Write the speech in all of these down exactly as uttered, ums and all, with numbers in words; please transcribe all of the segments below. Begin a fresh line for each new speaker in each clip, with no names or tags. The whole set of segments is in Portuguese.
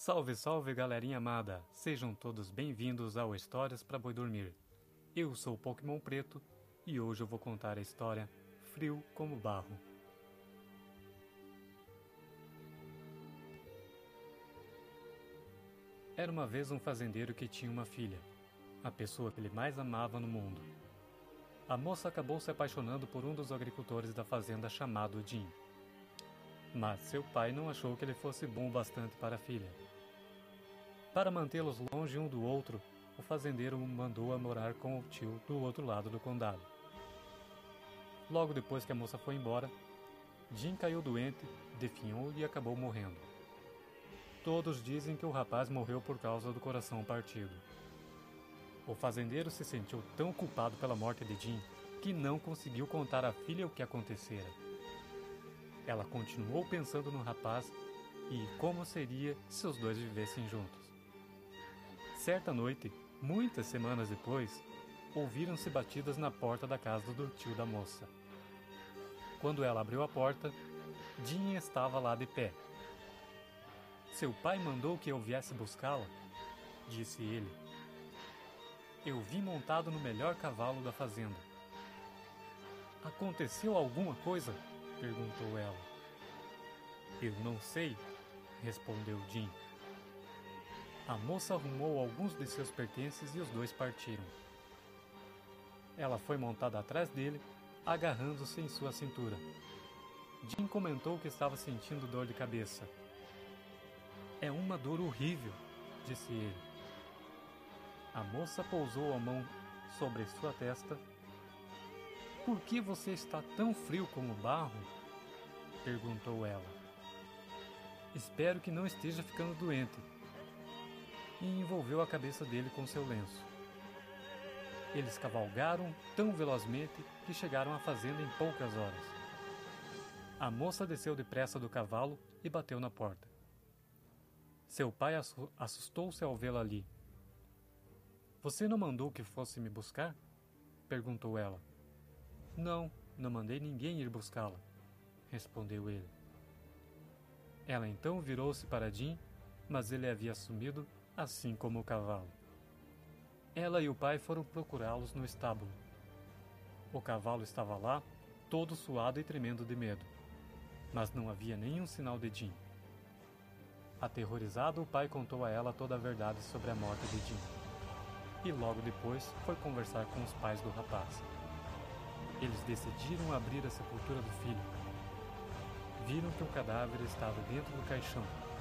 Salve, salve, galerinha amada! Sejam todos bem-vindos ao Histórias para Boi Dormir. Eu sou o Pokémon Preto e hoje eu vou contar a história Frio como Barro. Era uma vez um fazendeiro que tinha uma filha, a pessoa que ele mais amava no mundo. A moça acabou se apaixonando por um dos agricultores da fazenda chamado Jim. Mas seu pai não achou que ele fosse bom o bastante para a filha. Para mantê-los longe um do outro, o fazendeiro o mandou a morar com o tio do outro lado do condado. Logo depois que a moça foi embora, Jim caiu doente, definhou e acabou morrendo. Todos dizem que o rapaz morreu por causa do coração partido. O fazendeiro se sentiu tão culpado pela morte de Jim que não conseguiu contar à filha o que acontecera. Ela continuou pensando no rapaz e como seria se os dois vivessem juntos. Certa noite, muitas semanas depois, ouviram-se batidas na porta da casa do tio da moça. Quando ela abriu a porta, Jim estava lá de pé. Seu pai mandou que eu viesse buscá-la, disse ele. Eu vim montado no melhor cavalo da fazenda. Aconteceu alguma coisa? Perguntou ela. Eu não sei, respondeu Jim. A moça arrumou alguns de seus pertences e os dois partiram. Ela foi montada atrás dele, agarrando-se em sua cintura. Jim comentou que estava sentindo dor de cabeça. É uma dor horrível, disse ele. A moça pousou a mão sobre sua testa. Por que você está tão frio como barro? Perguntou ela. Espero que não esteja ficando doente. E envolveu a cabeça dele com seu lenço. Eles cavalgaram tão velozmente que chegaram à fazenda em poucas horas. A moça desceu depressa do cavalo e bateu na porta. Seu pai assustou-se ao vê-la ali. Você não mandou que fosse me buscar? Perguntou ela. Não, não mandei ninguém ir buscá-la, respondeu ele. Ela então virou-se para Jim, mas ele havia sumido, assim como o cavalo. Ela e o pai foram procurá-los no estábulo. O cavalo estava lá, todo suado e tremendo de medo, mas não havia nenhum sinal de Jim. Aterrorizado, o pai contou a ela toda a verdade sobre a morte de Jim. E logo depois foi conversar com os pais do rapaz. Eles decidiram abrir a sepultura do filho. Viram que o cadáver estava dentro do caixão.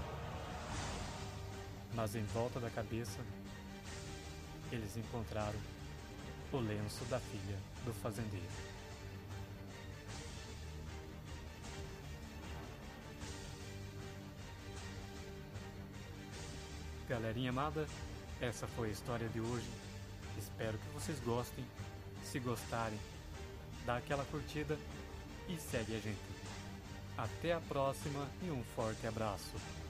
Mas em volta da cabeça, eles encontraram o lenço da filha do fazendeiro. Galerinha amada, essa foi a história de hoje. Espero que vocês gostem. Se gostarem, dá aquela curtida e segue a gente. Até a próxima e um forte abraço.